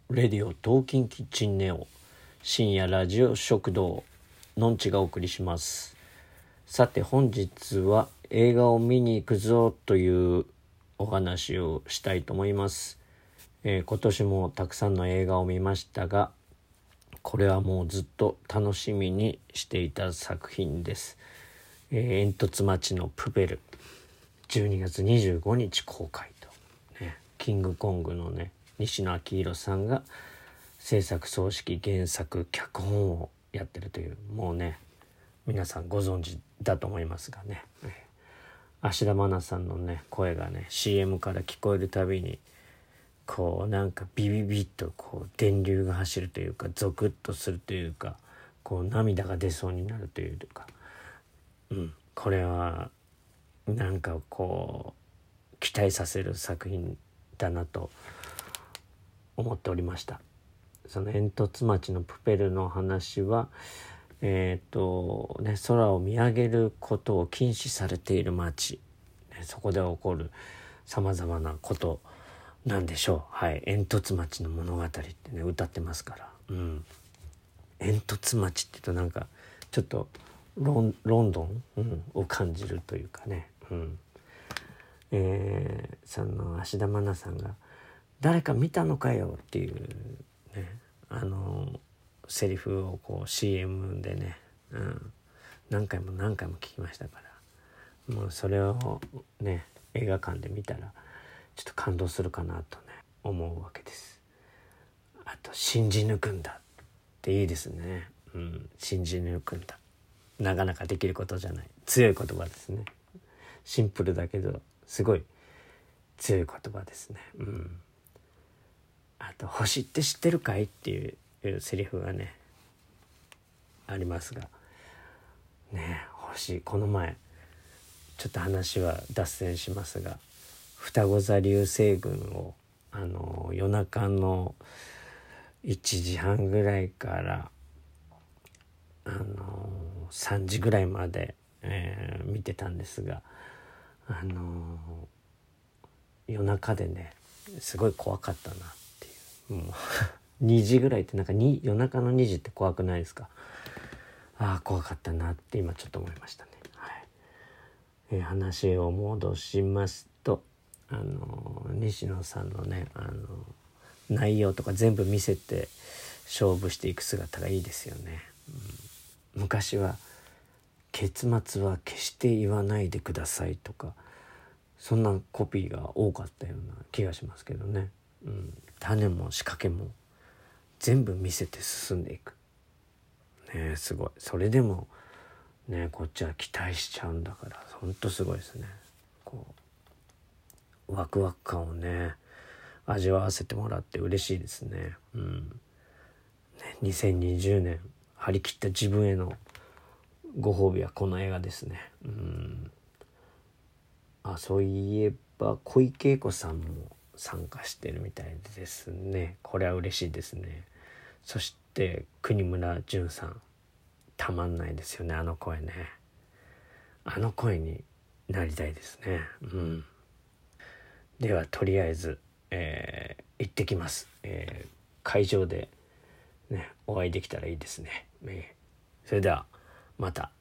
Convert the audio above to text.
レディオトーキンキッチンネオ深夜ラジオ食堂のんちがお送りします。さて本日は映画を見に行くぞというお話をしたいと思います。今年もたくさんの映画を見ましたが、これはもうずっと楽しみにしていた作品です。煙突町のプペル、12月25日公開と、キングコングの西野昭弘さんが制作総指揮原作脚本をやってるという、もう皆さんご存知だと思いますが芦田愛菜さんの声がCM から聞こえるたびにこうなんかビビビッとこう電流が走るというか、ゾクッとするというか、こう涙が出そうになるというか、これはなんかこう期待させる作品だなと思っておりました。その煙突町のプペルの話は空を見上げることを禁止されている町、そこで起こるさまざまなことなんでしょう。煙突町の物語って歌ってますから、煙突町って言うとなんかちょっとロンドン、を感じるというかその芦田愛菜さんが誰か見たのかよっていうセリフをこう CM で何回も聞きましたから、もうそれを映画館で見たらちょっと感動するかなと思うわけです。あと信じ抜くんだっていいですね。信じ抜くんだ、なかなかできることじゃない、強い言葉ですね。シンプルだけどすごい強い言葉ですね。あと星って知ってるかいっていうセリフがありますが星、この前ちょっと話は脱線しますが、双子座流星群を夜中の1時半ぐらいから3時ぐらいまで、見てたんですが、夜中ですごい怖かったなっていう。もう2時ぐらいって夜中の2時って怖くないですか？怖かったなって今ちょっと思いましたね。話を戻しますと、西野さんの内容とか全部見せて勝負していく姿がいいですよね。昔は結末は決して言わないでくださいとか、そんなコピーが多かったような気がしますけどね。種も仕掛けも全部見せて進んでいくすごい。それでもこっちは期待しちゃうんだから、ほんとすごいですね。こうワクワク感を味わわせてもらって嬉しいですね。2020年張り切った自分へのご褒美はこの映画ですね。そういえば小池栄子さんも参加してるみたいですね。これは嬉しいですね。そして國村隼さん、たまんないですよね。あの声になりたいですね。ではとりあえず、行ってきます。会場でお会いできたらいいですね。それではまた。